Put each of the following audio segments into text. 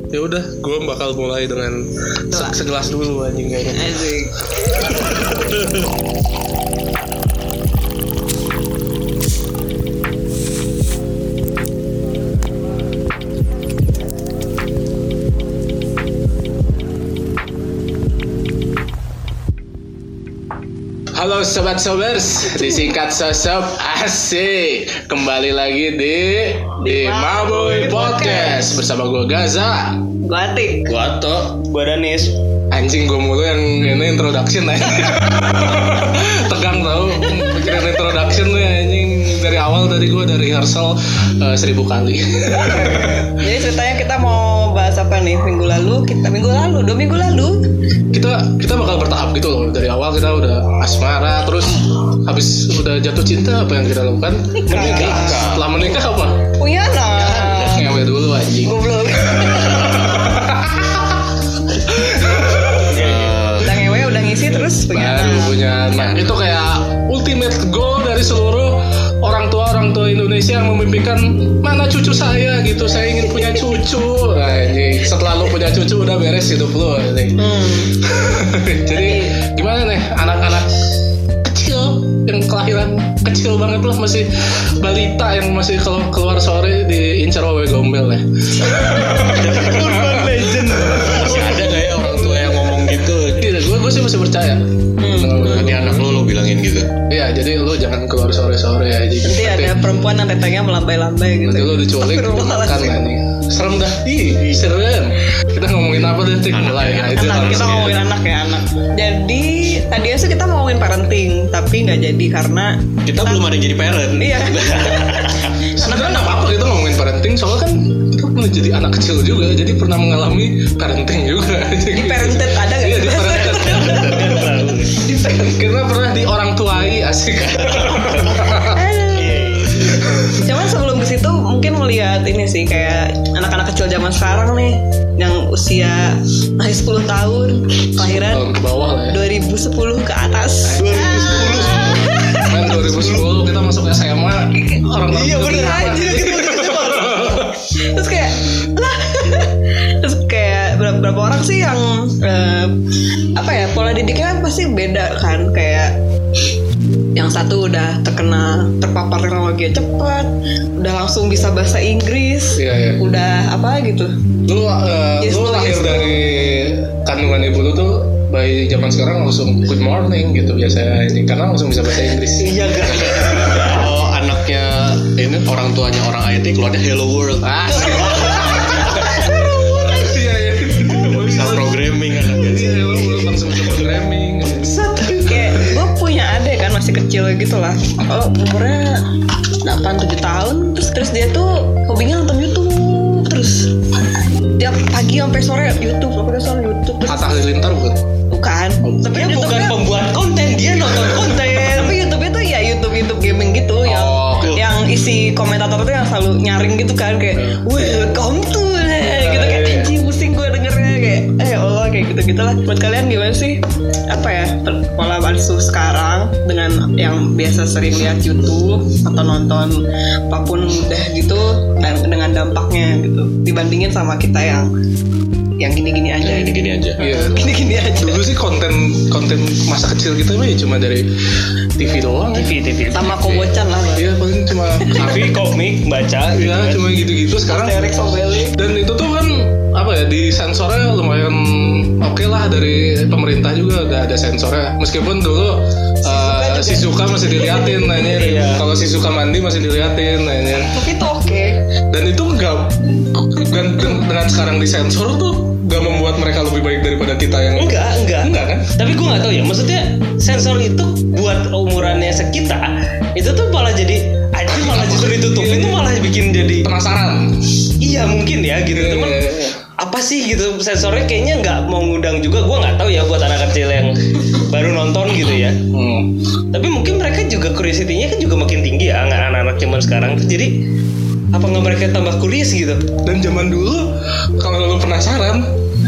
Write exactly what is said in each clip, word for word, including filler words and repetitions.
Ya udah, gue bakal mulai dengan se- segelas dulu anjing kayaknya. Asik. Halo sobat-sobers, disingkat sosok asik. Kembali lagi di di Maboy Podcast bersama gue Gaza, Gue Atik, Gue Ato, gue Danis. anjing gue mulu yang ini introduction aja. Tegang tau, pikiran introduction tuh anjing dari awal tadi gue dari rehearsal uh, seribu kali. Jadi ceritanya kita mau bahas apa nih? Minggu lalu, kita minggu lalu, dua minggu lalu kita kita bakal bertahap gitu loh. Dari awal kita udah asmara, terus habis udah jatuh cinta, apa yang kita lakukan? Menikah. Setelah menikah apa? punya anak. Ngewe dulu anjing. Goblok. Udah ngewe, udah ngisi terus punya Baru anak. punya anak. Itu kayak ultimate goal dari seluruh orang tua orang tua Indonesia yang memimpikan mana cucu saya gitu. Saya ingin punya cucu. Anjing. Setelah lu punya cucu udah beres hidup lu anjing. Hmm. Jadi gimana nih anak-anak kecil yang kelahiran kecil banget lah, masih balita yang masih kalau keluar sore diincar wawe gombel ya. Urban legend. Masih ada gak ya orang tua yang ngomong gitu? Tidak, gue gue sih masih percaya. Hmm. Nanti anak lu lu bilangin gitu. Iya, jadi lu jangan keluar sore-sore aja. Nanti ada perempuan yang tetenya melambai-lambai gitu. Nanti lu diculik, dimakan anjing. Serem dah. Ih, serem. Kita ngomongin apa deh, Tik? Mulai ya, itu Anak, harus kita ya. ngomongin anak ya anak. Jadi tadi sih kita mau ngomongin parenting, tapi nggak jadi karena Kita belum ada yang jadi parent. iya. Sebenarnya nggak apa-apa kita ngomongin parenting, soalnya kan kita pernah jadi anak kecil juga, jadi pernah mengalami parenting juga. Di parented ada nggak? Iya, di parented. Di parented. Kita pernah di orang tuai, asik. Cuman sebelum ke situ mungkin melihat ini sih kayak anak-anak kecil zaman sekarang nih yang usia masih sepuluh tahun, kelahiran Tahun ke bawah lah ya. dua ribu sepuluh ke atas. dua ribu sepuluh. Kan dua ribu sepuluh kita masuk S M A. Orang-orang Iya, bener. Anjir, gitu, gitu. Terus kayak lah. Terus kayak berapa, berapa orang sih yang eh, apa ya, pola didiknya pasti beda kan, kayak yang satu udah terkena terpapar teknologi cepat, udah langsung bisa bahasa Inggris, Iya, iya. udah apa gitu. Lu uh, Yes, lu no, lahir yes, no. dari kandungan ibu lu tuh bayi zaman sekarang langsung good morning gitu biasanya ini, karena langsung bisa bahasa Inggris. Iya gak? Kalau anaknya ini orang tuanya orang I T keluarnya Hello World. Ah, iya iya. Bisa programming anaknya. Iya, lu langsung bisa programming. Kayak gue punya adek kan masih kecil gitu lah. Oh umurnya delapan tujuh tahun. Terus terus dia tuh hobinya nonton YouTube terus. Tiap pagi sampai sore YouTube, sampai sore YouTube. Terus, Atta Halilintar bukan? bukan. Tapi Dia bukan YouTube-nya- pembuat konten, dia nonton konten. Tapi YouTube-nya tuh ya YouTube YouTube gaming gitu yang Oh, oke. yang isi komentator tuh yang selalu nyaring gitu kan kayak welcome to gitu kayak anjing pusing gue dengernya kayak eh Allah kayak gitu gitulah. Buat kalian gimana sih apa ya pola asuh sekarang dengan yang biasa sering lihat YouTube atau nonton apapun udah gitu dan dengan dampaknya gitu dibandingin sama kita yang yang gini-gini aja Ya, gini-gini aja. Iya. gini-gini aja. Dulu sih konten konten masa kecil kita mah ya cuma dari T V doang. T V, T V. Sama kobocan lah. Iya, paling cuma T V, komik, baca. gitu Iya, kan. cuma gitu-gitu sekarang. Asterix Obelix. Dan itu tuh kan apa ya, di sensornya lumayan oke lah, dari pemerintah juga udah ada sensornya. Meskipun dulu uh, Shizuka masih diliatin nanya. Iya. Kalau Shizuka mandi masih diliatin nanya. Tapi itu oke. Dan itu enggak dengan, dengan sekarang disensor tuh gak membuat mereka lebih baik daripada kita yang Enggak, enggak. enggak kan? Tapi gue nggak tahu ya, maksudnya sensor itu buat umurannya sekita itu tuh malah jadi, aja malah justru ditutupin itu malah bikin jadi Penasaran. iya mungkin ya gitu. Iya, Cuman iya, iya. apa sih gitu sensornya kayaknya nggak mau ngundang juga, gue nggak tahu ya buat anak kecil yang baru nonton gitu ya. Hmm. Tapi mungkin mereka juga curiosity-nya kan juga makin tinggi ya, nggak anak-anak zaman sekarang tuh, jadi apa nggak mereka tambah curious gitu? Dan zaman dulu kalau lu penasaran,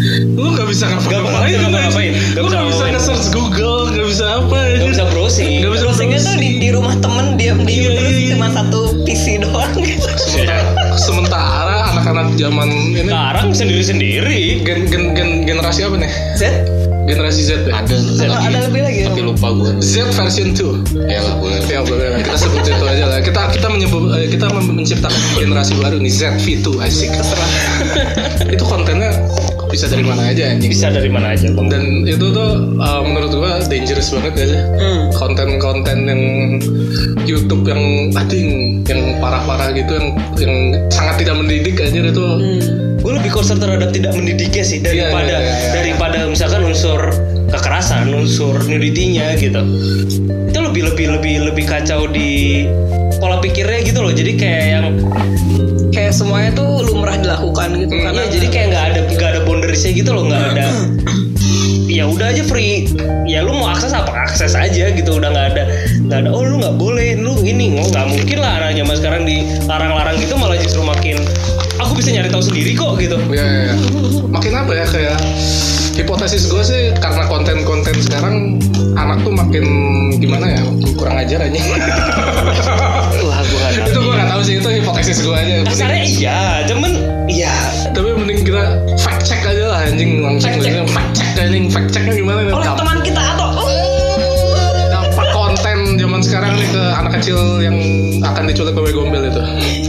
lu nggak bisa Nggak ngapa-ngapain, bisa ngapa-ngapain. lu nggak bisa nge-search Google, nggak bisa apa, Nggak bisa browsing. nggak bisa Browsingnya tuh di, di rumah temen diam-diam Iya, terus iya. cuma satu P C doang gitu. Sementara, sementara anak anak-anak zaman ini Sekarang sendiri-sendiri. gen, gen, gen, generasi apa nih? Z? Generasi Z ya? Ada Oh, lagi. ada lebih lagi. Tapi lupa gue. Z version dua. Ya nggak boleh. Ya boleh lah, kita sebut itu aja lah. Kita kita menyebut eh, kita menciptakan generasi baru nih Z V dua asik. Terserah. Itu kontennya bisa dari mana aja anjing. Bisa dari mana aja bang. Dan itu tuh uh, menurut gua dangerous banget gak sih? Hmm. Konten-konten yang YouTube yang ading, yang parah-parah gitu, yang yang sangat tidak mendidik aja itu. Hmm. Gue lebih concern terhadap tidak mendidiknya sih daripada Iya, iya, iya. daripada misalkan unsur kekerasan, unsur nuditinya gitu. Itu lebih lebih lebih lebih kacau di pola pikirnya gitu loh. Jadi kayak yang Kayak semuanya tuh lumrah dilakukan gitu Hmm, karena ya jadi kayak nggak ada nggak ada boundariesnya gitu loh, nggak ada. Ya udah aja free. Ya lu mau akses apa akses aja gitu. Udah nggak ada nggak ada. Oh lu nggak boleh, lu ini nggak mungkin lah anak zaman sekarang dilarang-larang gitu malah justru makin. Aku bisa nyari tahu sendiri kok gitu. Ya, ya, ya. Makin apa ya kayak hipotesis gue sih karena konten-konten sekarang anak tuh makin gimana ya kurang ajar aja. Wah gue nggak tahu. Itu gue nggak tahu sih, itu hipotesis gue aja. Kasarnya iya, cuman iya. Tapi mending kita fact check aja lah anjing langsung. Fact check. Fact check anjing, fact checknya gimana nih? oleh Dampak- teman kita atau dampak konten zaman sekarang nih ke anak kecil yang akan diculik oleh gombel itu.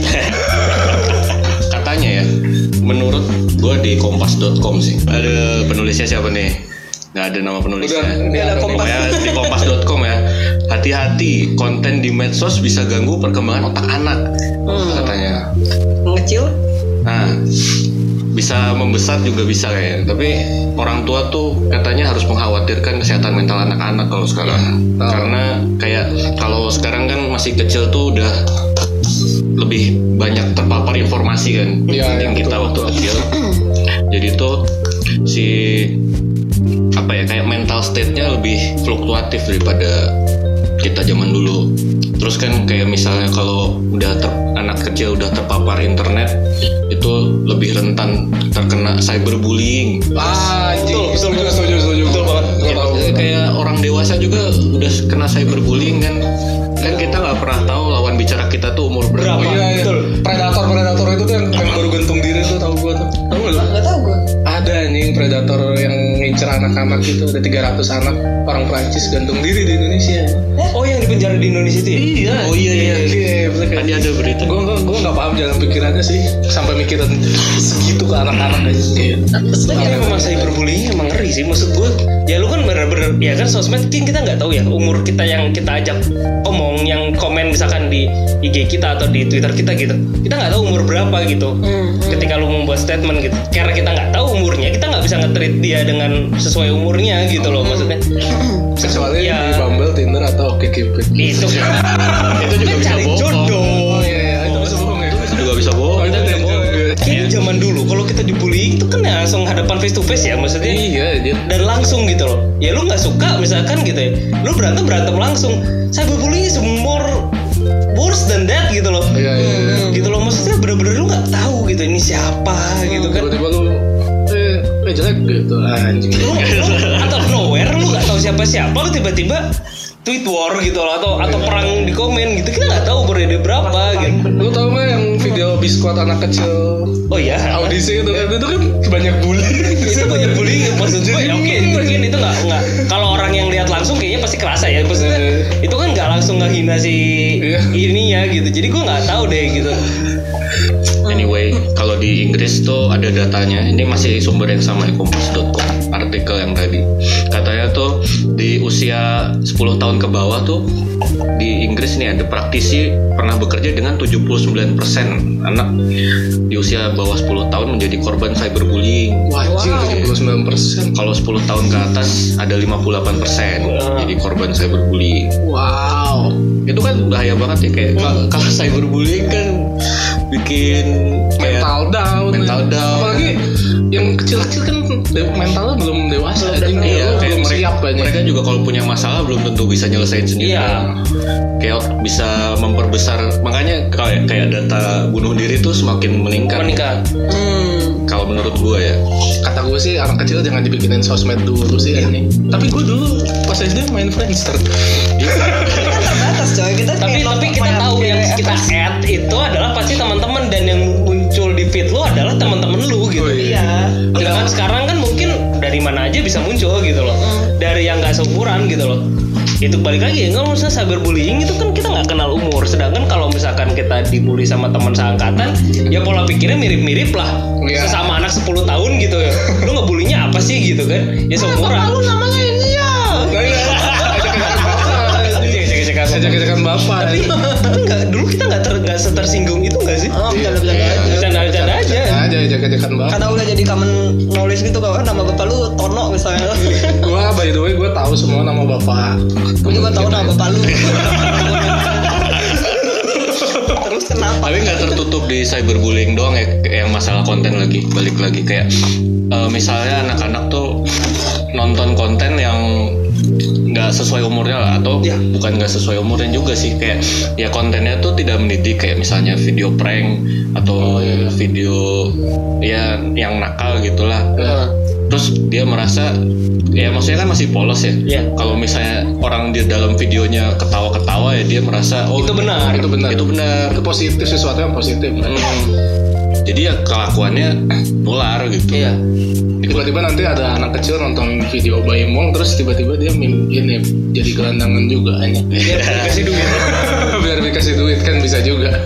Katanya ya, menurut gue di kompas dot com sih. Ada penulisnya siapa nih? Nggak ada nama penulisnya. Udah, Dia ada Kompas. Pokoknya di kompas dot com ya. Hati-hati, konten di medsos bisa ganggu perkembangan otak anak. Hmm. Katanya. ngecil? Nah, bisa membesar juga bisa kayaknya. Tapi orang tua tuh katanya harus mengkhawatirkan kesehatan mental anak-anak kalau sekarang. Tahu. Karena kayak kalau sekarang kan masih kecil tuh udah lebih banyak terpapar informasi kan Iya, dibanding iya, kita betul, waktu betul. kecil. Jadi tuh si apa ya kayak mental state-nya lebih fluktuatif daripada kita zaman dulu. Terus kan kayak misalnya kalau udah ter, anak kecil udah terpapar internet itu lebih rentan terkena cyberbullying. Ah, anjing. Betul, betul, setuju, setuju. betul banget. Gua tahu. Ya, kayak orang dewasa juga udah kena cyberbullying kan. Kan kita nggak pernah tahu lawan bicara kita tuh umur berapa. Berapa? Iya, iya. Betul. Predator predator itu tuh yang, yang baru gantung diri tuh tahu gua tuh. Tahu nggak lu? Nggak tahu gue. Ada anjing predator yang ngincer anak-anak itu ada tiga ratus anak orang Prancis gantung diri di Indonesia. Oh yang di penjara di Indonesia itu ya? Iya. Oh iya iya. Tadi Tadi ada berita. Gue gue gue nggak paham jalan pikirannya sih sampai mikirin segitu ke anak-anak aja kayak. Tapi memang cyberbullying emang ngeri sih. Maksud gue, ya lu kan bener-bener, ya kan sosmed kan kita nggak tahu ya umur kita yang kita ajak omong, yang komen misalkan di I G kita atau di Twitter kita gitu. Kita nggak tahu umur berapa gitu. Hmm. Ketika lu membuat statement gitu, karena kita nggak tahu umurnya, kita nggak bisa nge-treat dia dengan sesuai umurnya gitu loh maksudnya. Kecuali Ya. di Bumble, Tinder atau OkCupid. Itu Itu juga bisa cari bohong. jodoh. Oh iya iya itu bisa bohong ya. Itu juga bisa bohong. Oh, itu bisa bohong. Kayaknya zaman dulu kalau kita dibullying itu kan ya langsung hadapan face to face ya maksudnya. Iya aja. Dan langsung gitu loh. Ya lu nggak suka misalkan gitu ya, lu berantem berantem langsung. Cyberbullying is more worse than that gitu loh. Iya iya. iya. Gitu loh maksudnya bener-bener lu nggak tahu gitu ini siapa gitu kan. Tiba-tiba lu eh eh jelek gitu anjing. Lu, lu out of nowhere lu nggak tahu siapa siapa lu tiba-tiba tweet war gitu loh atau atau perang di komen gitu, kita nggak tahu umurnya dia berapa gitu. Lu tau gak yang video biskuit anak kecil Oh iya, audisi itu kan itu kan banyak bully. itu banyak bullying maksud gue. Ya oke mungkin itu nggak nggak kalau orang yang lihat langsung kayaknya pasti kerasa ya maksudnya. Iya. Itu kan nggak langsung ngehina si Iya. ininya gitu, jadi gue nggak tahu deh gitu. Anyway, kalau di Inggris tuh ada datanya. Ini masih sumber yang sama di kompas dot com. Artikel yang tadi. Katanya tuh di usia sepuluh tahun ke bawah tuh di Inggris nih ada praktisi pernah bekerja dengan tujuh puluh sembilan persen anak di usia bawah sepuluh tahun menjadi korban cyberbullying. Wajib Wow. tujuh puluh sembilan persen. Kalau sepuluh tahun ke atas ada lima puluh delapan persen jadi korban cyberbullying. Wow. Itu kan bahaya banget ya kayak kalau- kalau cyberbullying kan bikin kayak Mental down. mental down. Apalagi yang kecil-kecil kan de- mentalnya belum dewasa. Belum anjing. dewasa. Iya, Lu kayak belum mereka, siap aja. mereka juga kalau punya masalah belum tentu bisa nyelesain sendiri. Iya. Kayak bisa memperbesar, makanya kayak kayak data bunuh diri tuh semakin meningkat. Meningkat. Hmm. Kalau menurut gue ya. Kata gue sih anak kecil jangan dibikinin sosmed dulu sih ini. Tapi gue dulu pas S D main Friendster. Kan terbatas coy kita Tapi kayak tapi nonton kita main tahu yang cewek kita F S. add itu adalah pasti teman-teman dan yang muncul di feed feed lu adalah teman-teman lu gitu. Oh, Iya. Sedangkan sekarang kan mungkin dari mana aja bisa muncul gitu loh. Dari yang nggak seumuran gitu loh. Itu balik lagi, kalau misalnya cyberbullying itu kan kita nggak kenal umur. Sedangkan kalau misalkan kita dibully sama teman seangkatan, ya pola pikirnya mirip-mirip lah. Iya. Sesama anak sepuluh tahun gitu ya. Lu ngebulinya apa sih gitu kan? Ya seumuran. Lu namanya ini ya. Nah, iya. Ejek-ejekan bapak. Ejek-ejekan bapak. Tapi tapi nggak, dulu kita nggak ter, nggak setersinggung itu nggak sih? Oh, bercanda-bercanda Iya. aja. Bercanda-bercanda aja. aja ejek-ejekan bapak. Karena udah jadi common knowledge gitu kan, nama bapak lu Tono misalnya. Gua by the way gua tahu semua nama bapak. Gue juga tahu nama bapak lu. Terus kenapa? Tapi nggak tertutup di cyberbullying doang ya, yang masalah konten lagi. Balik lagi kayak eh, misalnya anak-anak tuh nonton konten yang nggak sesuai umurnya lah, atau Ya. bukan nggak sesuai umurnya juga sih, kayak ya kontennya tuh tidak mendidik, kayak misalnya video prank atau video ya yang nakal gitulah. Ya. Terus dia merasa ya maksudnya kan masih polos ya. Iya. Kalau misalnya orang di dalam videonya ketawa-ketawa ya dia merasa oh Itu benar. Itu benar. Itu benar. Itu positif, sesuatu yang positif. Hmm. Jadi ya kelakuannya nular gitu. Iya. Tiba-tiba nanti ada anak kecil nonton video Bayi Mong, terus tiba-tiba dia mim- ini jadi gelandangan juga hanya. Biar dikasih duit. Biar dikasih duit kan bisa juga.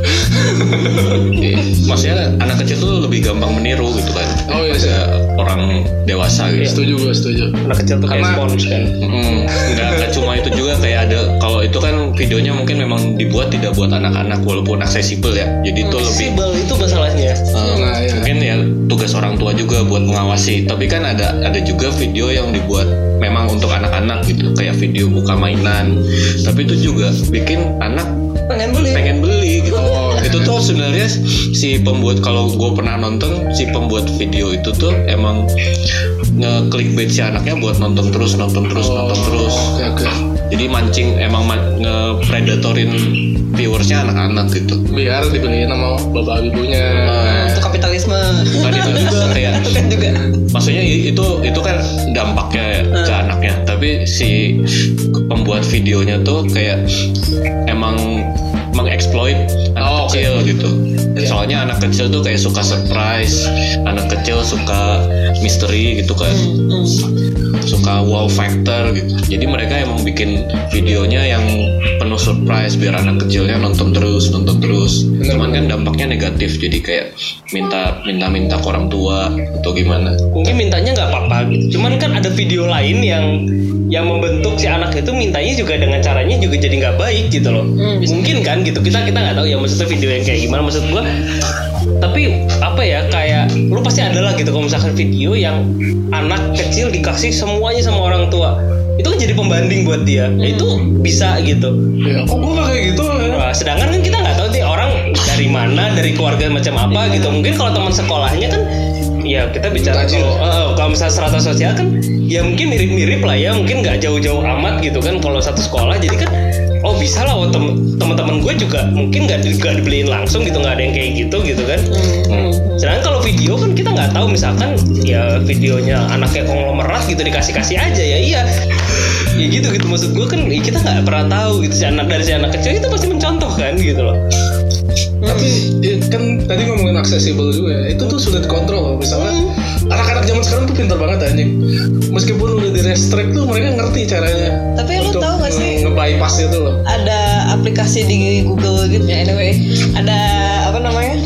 Maksudnya anak kecil tuh lebih gampang meniru gitu kan. Oh, iya, daripada orang dewasa gitu. Setuju gue, setuju. Anak kecil tuh kayak Karena- spons kan. Hmm, nggak nggak cuma itu juga, kayak ada kalau itu kan videonya mungkin memang dibuat tidak buat anak-anak walaupun aksesibel ya. Jadi itu lebih Sibel itu masalahnya. Um, Nah, iya. mungkin ya tugas orang tua juga buat mengawasi. Tapi kan ada ada juga video yang dibuat memang untuk anak-anak gitu, kayak video buka mainan. Tapi itu juga bikin anak Pengen beli. pengen beli gitu. Oh, Itu tuh sebenarnya si pembuat, kalau gue pernah nonton, si pembuat video itu tuh emang nge-clickbait si anaknya buat nonton terus, nonton terus, nonton terus. Oke, oke. Jadi mancing, emang ma- nge-predatorin viewersnya anak-anak gitu. Biar dibeliin sama bapak ibunya. Nah, Itu kapitalisme. bukan itu juga kayak Itu kan juga. maksudnya i- itu itu kan dampaknya ya ke anaknya, tapi si pembuat videonya tuh kayak emang mengeksploit anak Oh, oke. kecil gitu. Soalnya anak kecil tuh kayak suka surprise, anak kecil suka misteri gitu kan, suka wow factor gitu. Jadi mereka emang bikin videonya yang penuh surprise biar anak kecilnya nonton terus, nonton terus. Bener, Cuman kan dampaknya negatif, jadi kayak minta minta minta ke orang tua atau gimana. Mungkin mintanya nggak apa-apa gitu. Cuman kan ada video lain yang yang membentuk si anak itu mintanya juga dengan caranya juga jadi nggak baik gitu loh. Mungkin kan gitu, kita kita nggak tahu ya maksudnya video yang kayak gimana maksud gua. Tapi apa ya, kayak lu pasti ada lah gitu kalau misalkan video yang anak kecil dikasih semuanya sama orang tua, itu kan jadi pembanding buat dia. Ya, itu bisa gitu. Ya, kok gue gak kayak gitu ya? Nah, sedangkan kan kita nggak tahu nih orang dari mana, dari keluarga macam apa gitu. Mungkin kalau teman sekolahnya kan, ya kita bicara Tajir. kalau eh, kalau misalnya strata sosial kan, ya mungkin mirip-mirip lah ya, mungkin nggak jauh-jauh amat gitu kan. Kalau satu sekolah, jadi kan, oh bisa lah, oh, tem- teman-teman gue juga mungkin nggak di- nggak dibeliin langsung gitu, nggak ada yang kayak gitu gitu kan. Sedangkan kalau video kan kita nggak tahu, misalkan ya videonya anaknya konglomerat gitu dikasih-kasih aja ya iya. Ya gitu gitu maksud gue kan, ya kita nggak pernah tahu gitu si anak dari si anak kecil itu pasti mencontoh kan gitu loh. Tapi ya, kan tadi ngomongin aksesibel juga ya. Itu tuh sudah dikontrol loh. Misalnya anak-anak zaman sekarang tuh pintar banget anjing. Meskipun udah di-restrict tuh mereka ngerti caranya. Tapi lu untuk tahu nggak sih? nge- nge-bypass itu loh. Ada aplikasi di Google gitu ya, anyway. Ada apa namanya?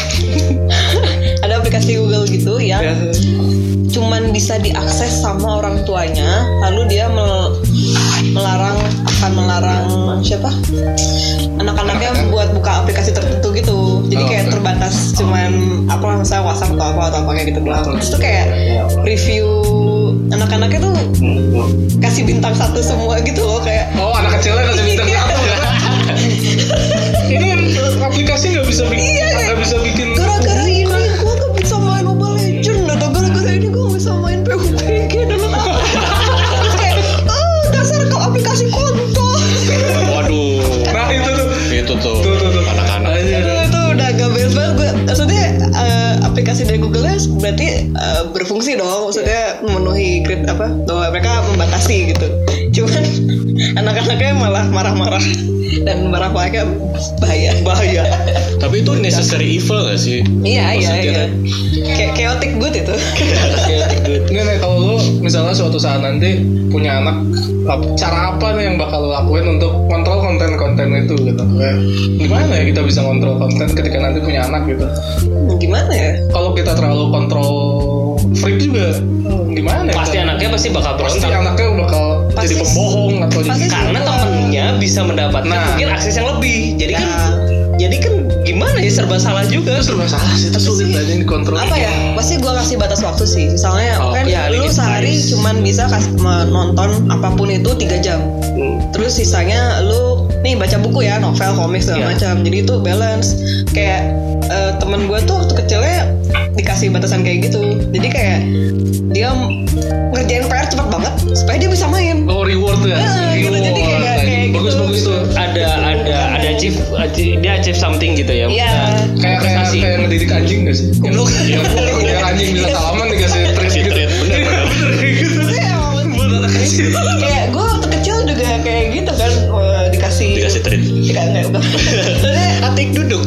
Ada aplikasi Google gitu yang Ya. cuman bisa diakses sama orang tuanya, lalu dia mel- melarang akan melarang siapa anak-anaknya buat buka aplikasi tertentu gitu. Jadi Oh, kayak oke. terbatas cuman apa lah, misalnya WhatsApp atau apa atau apa kayak gitu doang. Terus tuh kayak review anak-anaknya tuh kasih bintang satu semua gitu loh, kayak Oh, anak kecilnya kasih bintang satu. Ini aplikasi nggak bisa bikin, Iya, nggak bisa bikin. gara-gara ini gue gak bisa main Mobile Legends, atau gara-gara ini gue gak bisa main P U B G dan apa. Terus kayak, oh dasar kau aplikasi kontol. Waduh, Nah itu tuh. itu tuh Tuh, tuh, tuh. anak-anak. Anjir. Itu, itu udah gak beres banget gue. Maksudnya eh, aplikasi dari Google mereka berarti uh, berfungsi dong, maksudnya memenuhi krit apa bahwa mereka membatasi gitu. Cuman anak-anaknya malah marah-marah dan marah-marahnya bahaya. Bahaya. Tapi itu necessary evil gak sih? Iya iya Maksudnya, iya. Kayak chaotic good itu. Chaotic good. Nggak nih, kalau lu misalnya suatu saat nanti punya anak, ap- cara apa nih yang bakal lu lakuin untuk kontrol konten-konten itu gitu? Kayak gimana ya kita bisa kontrol konten ketika nanti punya anak gitu? Gimana ya? Kalau kita terlalu kontrol freak juga, gimana ya? Pasti anaknya pasti bakal Pasti berontak. anaknya bakal Pasti jadi pembohong atau jadi pasti Karena temennya bisa mendapatkan Nah. mungkin akses yang lebih. Jadi kan Nah. jadi kan gimana ya, serba salah juga. itu serba salah sih, itu sulit aja dikontrol. Apa ya? Pasti gue kasih batas waktu sih. Misalnya Oh, kan iya, lu limit sehari size. cuman bisa kasih menonton apapun itu tiga jam. Hmm. Terus sisanya lu nih baca buku ya, novel, komik segala Iya. macam. Jadi itu balance. Kayak eh, temen gue tuh waktu kecilnya dikasih batasan kayak gitu. Jadi kayak dia ngerjain P R cepet banget supaya dia bisa main. Oh, reward ya. Ah, gitu. Jadi kayak- Reward, kayak anjing. gitu. Bagus-bagus itu. Ada ada ada achieve, achieve- dia achieve something gitu ya. Iya. Nah, Kayak kayak prestasi. kayak ngedidik anjing gak sih? Goblok. Yang biar anjing bisa salaman dikasih treat gitu. Treat, bener, bener. Tapi emang kayak gue waktu kecil juga kayak gitu kan, eh, dikasih Dikasih treat. Tidak, enggak, bukan. Maksudnya Atik duduk.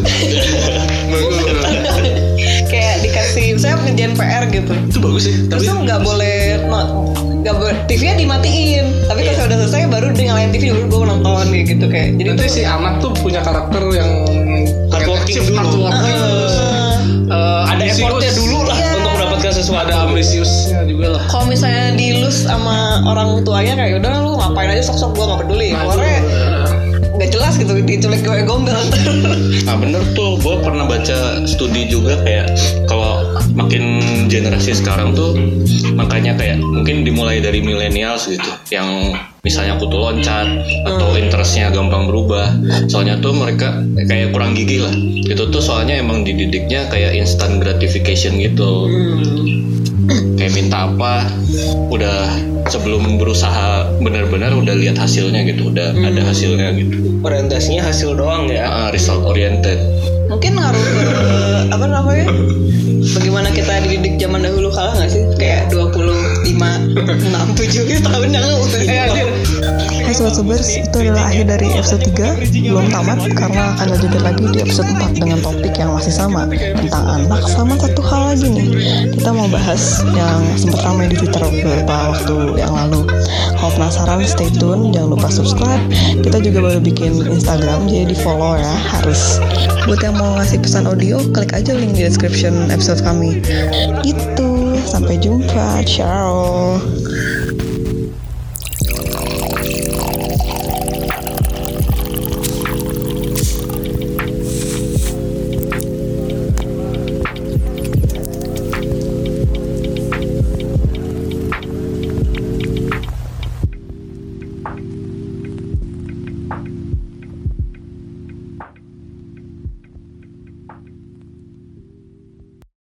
kayak dikasih saya ngerjain P R gitu. Itu bagus sih. Terus tuh nggak boleh no- nggak boleh T V-nya dimatiin. Tapi kalau udah selesai baru dia nyalain T V dulu gue nonton kayak gitu kayak. Jadi Nanti tuh si anak tuh punya karakter yang Hardworking achieve, dulu. hardworking, terus, eh, eh, Ada ambisius. effortnya dulu lah Iya. untuk mendapatkan sesuatu. Ada ambisiusnya juga lah. kalau misalnya dilus sama orang tuanya kayak udah lu ngapain aja sok-sok gue nggak peduli. Nah, Keluarnya itu, nggak jelas gitu diculik gue gombel. Nah bener tuh, gue pernah baca studi juga kayak kalau makin generasi sekarang tuh makanya kayak mungkin dimulai dari millennials gitu yang misalnya kutu loncat atau interestnya gampang berubah, soalnya tuh mereka kayak kurang gigih lah itu tuh, soalnya emang dididiknya kayak instant gratification gitu. Kayak minta apa udah sebelum berusaha benar-benar udah lihat hasilnya gitu, udah ada hasilnya gitu. Orientasinya hasil doang ya. Ah, result oriented. Mungkin ngaruh ke apa namanya, bagaimana kita dididik zaman dahulu kala nggak sih, kayak dua puluh lima, enam, tujuh tahun yang lalu. Eh, anjir. Hai Sobat Subers, itu adalah akhir dari episode tiga. Belum tamat karena akan lanjutkan lagi di episode empat dengan topik yang masih sama, tentang anak. Sama satu hal lagi nih, kita mau bahas yang sempat ramai di Twitter beberapa waktu yang lalu. Kalau penasaran stay tune, jangan lupa subscribe. Kita juga baru bikin Instagram, jadi di follow ya, harus. Buat yang mau ngasih pesan audio, klik aja link di description episode kami. Gitu, sampai jumpa, ciao.